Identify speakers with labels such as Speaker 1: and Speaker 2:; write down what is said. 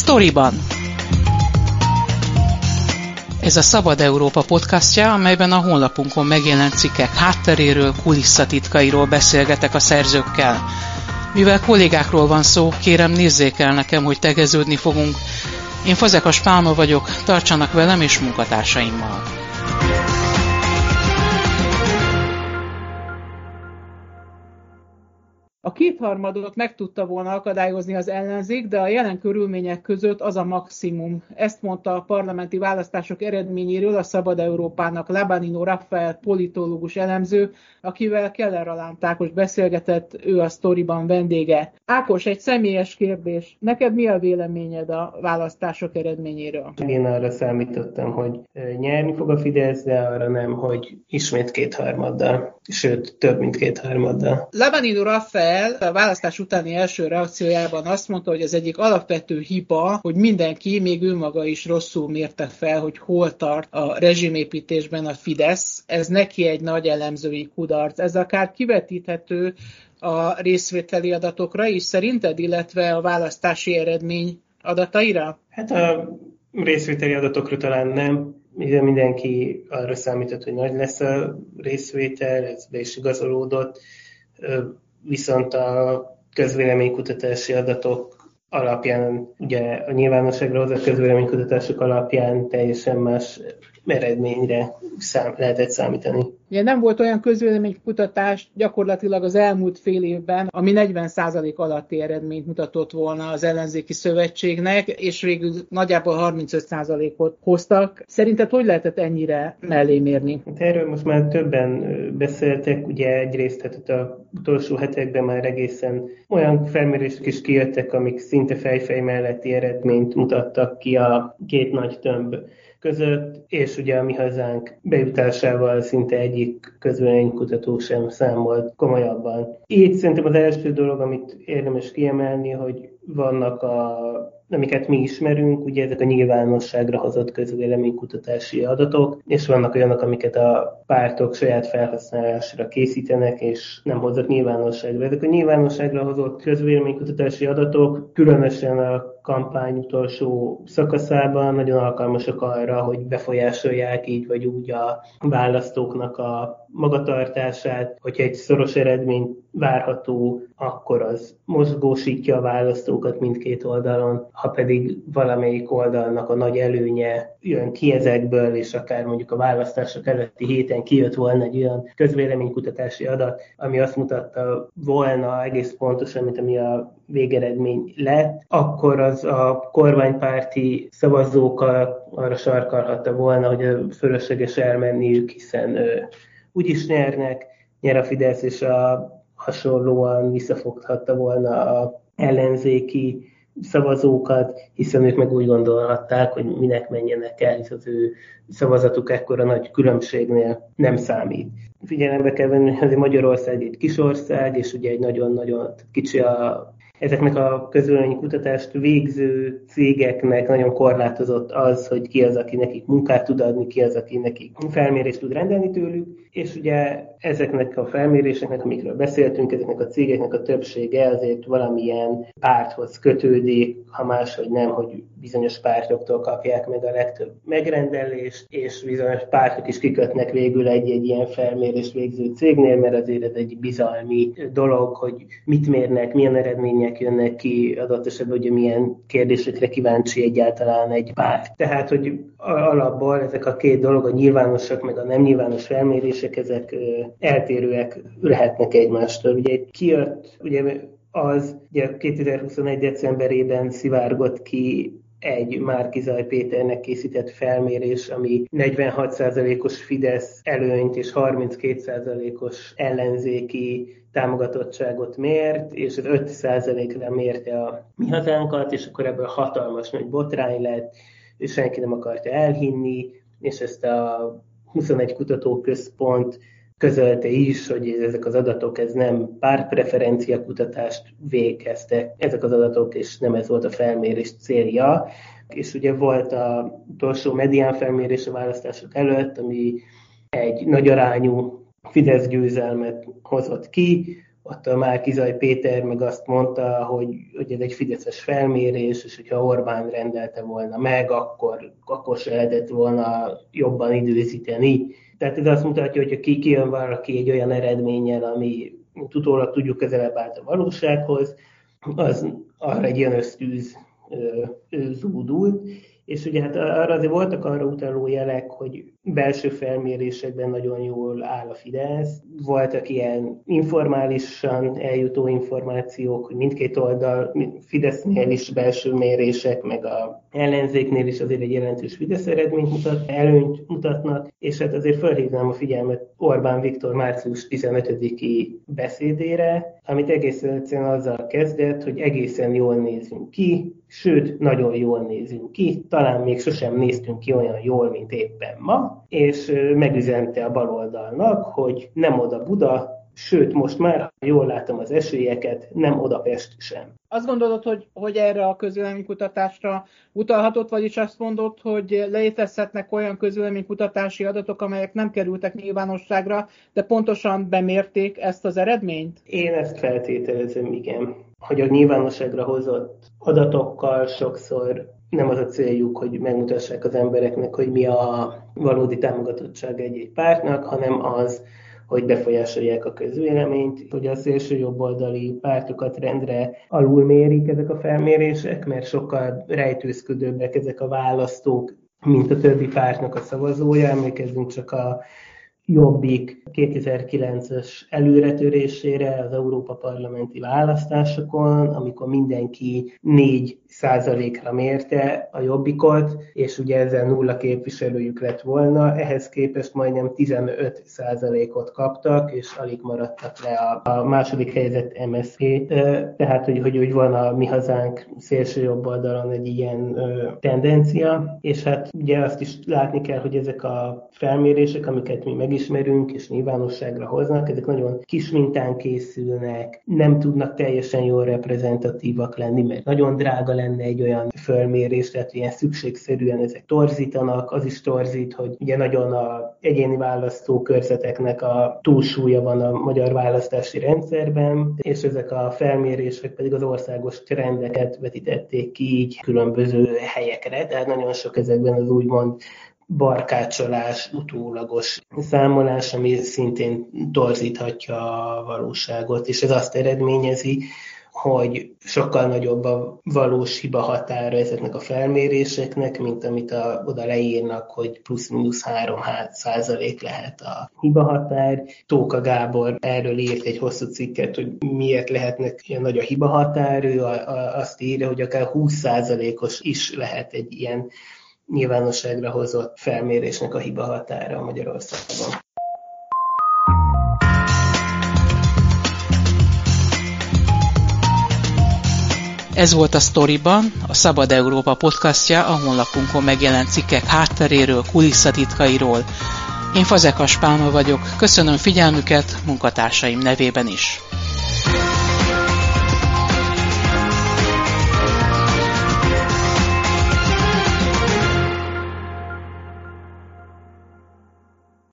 Speaker 1: Sztoriban. Ez a Szabad Európa podcastja, amelyben a honlapunkon megjelent cikkek hátteréről, kulisszatitkairól beszélgetek a szerzőkkel. Mivel kollégákról van szó, kérem nézzék el nekem, hogy tegeződni fogunk. Én Fazekas Pálma vagyok, tartsanak velem és munkatársaimmal. A kétharmadot meg tudta volna akadályozni az ellenzék, de a jelen körülmények között az a maximum. Ezt mondta a parlamenti választások eredményéről a Szabad Európának Labanino Raffael politológus elemző, akivel Keller Alánt Ákos beszélgetett, ő a Sztoriban vendége. Ákos, egy személyes kérdés. Neked mi a véleményed a választások eredményéről?
Speaker 2: Én arra számítottam, hogy nyerni fog a Fidesz, de arra nem, hogy ismét kétharmaddal, sőt, több mint kétharmaddal.
Speaker 1: Labanino Raffael a választás utáni első reakciójában azt mondta, hogy az egyik alapvető hiba, hogy mindenki, még ő maga is rosszul mérte fel, hogy hol tart a rezsimépítésben a Fidesz. Ez neki egy nagy elemzői kudarc. Ez akár kivetíthető a részvételi adatokra is szerinted, illetve a választási eredmény adataira?
Speaker 2: Hát a részvételi adatokra talán nem. Mindenki arra számított, hogy nagy lesz a részvétel, ez be is igazolódott. Viszont a közvéleménykutatási adatok alapján, ugye a nyilvánosságra hozott közvéleménykutatások alapján teljesen más eredményre lehetett számítani.
Speaker 1: Ugye nem volt olyan közvéleménykutatás gyakorlatilag az elmúlt fél évben, ami 40% alatti eredményt mutatott volna az ellenzéki szövetségnek, és végül nagyjából 35%-ot hoztak. Szerinted hogy lehetett ennyire mellé mérni?
Speaker 2: Hát erről most már többen beszéltek, ugye egyrészt hát az utolsó hetekben már egészen olyan felmérések is kijöttek, amik szinte fejfej melletti eredményt mutattak ki a két nagy tömb között, és ugye a Mi Hazánk bejutásával szinte egyik közvéleménykutató sem számolt komolyabban. Így szerintem az első dolog, amit érdemes kiemelni, hogy vannak amiket mi ismerünk, ugye ezek a nyilvánosságra hozott közvéleménykutatási adatok, és vannak olyanok, amiket a pártok saját felhasználásra készítenek, és nem hozott nyilvánosságra. Ezek a nyilvánosságra hozott közvéleménykutatási adatok, különösen a kampány utolsó szakaszában nagyon alkalmasak arra, hogy befolyásolják így vagy úgy a választóknak a magatartását, hogyha egy szoros eredmény várható, akkor az mozgósítja a választókat mindkét oldalon, ha pedig valamelyik oldalnak a nagy előnye jön ki ezekből, és akár mondjuk a választások előtti héten kijött volna egy olyan közvéleménykutatási adat, ami azt mutatta volna egész pontosan, mint ami a végeredmény lett, akkor az a kormánypárti szavazókat arra sarkalhatta volna, hogy fölösleges elmenniük, hiszen úgyis nyer a Fidesz, és hasonlóan visszafoghatta volna az ellenzéki szavazókat, hiszen ők meg úgy gondolhatták, hogy minek menjenek el, hisz az ő szavazatuk ekkora nagy különbségnél nem számít. Figyelembe kell venni, hogy Magyarország egy kis ország, és ugye egy nagyon-nagyon kicsi ezeknek a közvéleménykutatást végző cégeknek nagyon korlátozott az, hogy ki az, aki nekik munkát tud adni, ki az, aki nekik felmérést tud rendelni tőlük, és ugye ezeknek a felméréseknek, amikről beszéltünk, ezeknek a cégeknek a többsége azért valamilyen párthoz kötődik, ha máshogy nem, hogy bizonyos pártoktól kapják meg a legtöbb megrendelést, és bizonyos pártok is kikötnek végül egy ilyen felmérést végző cégnél, mert azért ez egy bizalmi dolog, hogy mit mérnek, milyen eredmények jönnek ki, adott esetben, hogy milyen kérdésekre kíváncsi egyáltalán egy párt. Tehát, hogy alapból ezek a két dolog, a nyilvánosak meg a nem nyilvános felmérések, ezek eltérőek lehetnek egymástól. Ugye kijött, ugye 2021. decemberében szivárgott ki egy Márki-Zay Péternek készített felmérés, ami 46%-os Fidesz előnyt és 32%-os ellenzéki támogatottságot mért, és az 5%-ra mérte a Mi Hazánkat, és akkor ebből hatalmas nagy botrány lett, és senki nem akarta elhinni, és ezt a 21 kutatóközpont közölte is, hogy ezek az adatok, ez nem pártpreferencia kutatást végeztek, ezek az adatok, és nem ez volt a felmérés célja. És ugye volt az utolsó medián felmérés a választások előtt, ami egy nagy arányú Fidesz győzelmet hozott ki, ott a Márki-Zay Péter meg azt mondta, hogy ez egy fideszes felmérés, és hogyha Orbán rendelte volna meg, akkor se lehetett volna jobban időzíteni. Tehát ez azt mutatja, hogy ha kijön valaki egy olyan eredménnyel, ami utólag tudjuk közelebb állt a valósághoz, az arra egy ilyen ösztűz zúdult, és ugye hát arra azért voltak arra utaló jelek, hogy belső felmérésekben nagyon jól áll a Fidesz. Voltak ilyen informálisan eljutó információk, hogy mindkét oldal, Fidesznél is belső mérések, meg a ellenzéknél is azért egy jelentős Fidesz eredményt előnyt mutatnak, és hát azért felhívnám a figyelmet Orbán Viktor március 15-i beszédére, amit egészen egyszerűen azzal kezdett, hogy egészen jól nézünk ki, sőt, nagyon jól nézünk ki, talán még sosem néztünk ki olyan jól, mint éppen ma, és megüzente a baloldalnak, hogy nem oda Buda, sőt, most már, ha jól látom az esélyeket, nem oda Pest sem.
Speaker 1: Azt gondolod, hogy erre a közvéleménykutatásra utalhatott, vagyis azt mondod, hogy létezhetnek olyan közvéleménykutatási adatok, amelyek nem kerültek nyilvánosságra, de pontosan bemérték ezt az eredményt?
Speaker 2: Én ezt feltételezem, igen. Hogy a nyilvánosságra hozott adatokkal sokszor nem az a céljuk, hogy megmutassák az embereknek, hogy mi a valódi támogatottság egy pártnak, hanem az, hogy befolyásolják a közvéleményt, hogy a szélső jobboldali pártokat rendre alulmérik ezek a felmérések, mert sokkal rejtőzködőbbek ezek a választók, mint a többi pártnak a szavazója. Emlékezzünk csak a Jobbik 2009-es előretörésére az Európa parlamenti választásokon, amikor mindenki 4%-ra mérte a Jobbikot, és ugye ezzel 0 képviselőjük lett volna, ehhez képest majdnem 15%-ot kaptak, és alig maradtak le a második helyzet MSZP. Tehát, hogy van a Mi Hazánk szélső jobb oldalon egy ilyen tendencia, és hát ugye azt is látni kell, hogy ezek a felmérések, amiket mi megismerünk és nyilvánosságra hoznak, ezek nagyon kis mintán készülnek, nem tudnak teljesen jól reprezentatívak lenni, mert nagyon drága lenne egy olyan felmérés, tehát ilyen szükségszerűen ezek torzítanak, az is torzít, hogy ugye nagyon az egyéni választókörzeteknek a túlsúlya van a magyar választási rendszerben, és ezek a felmérések pedig az országos trendeket vetítették ki így különböző helyekre, tehát nagyon sok ezekben az úgymond barkácsolás, utólagos számolás, ami szintén torzíthatja a valóságot, és ez azt eredményezi, hogy sokkal nagyobb a valós hiba határa ezeknek a felméréseknek, mint amit oda leírnak, hogy plusz-minusz 3% lehet a hiba határ. Tóka Gábor erről írt egy hosszú cikket, hogy miért lehetnek ilyen nagy a hiba határ. Ő azt írja, hogy akár 20%-os is lehet egy ilyen nyilvánosságra hozott felmérésnek a hiba határa Magyarországon.
Speaker 1: Ez volt a Sztoriban, a Szabad Európa podcastja, a honlapunkon megjelent cikkek hátteréről, kulisszatitkairól. Én Fazekas Pálma vagyok, köszönöm figyelmüket munkatársaim nevében is.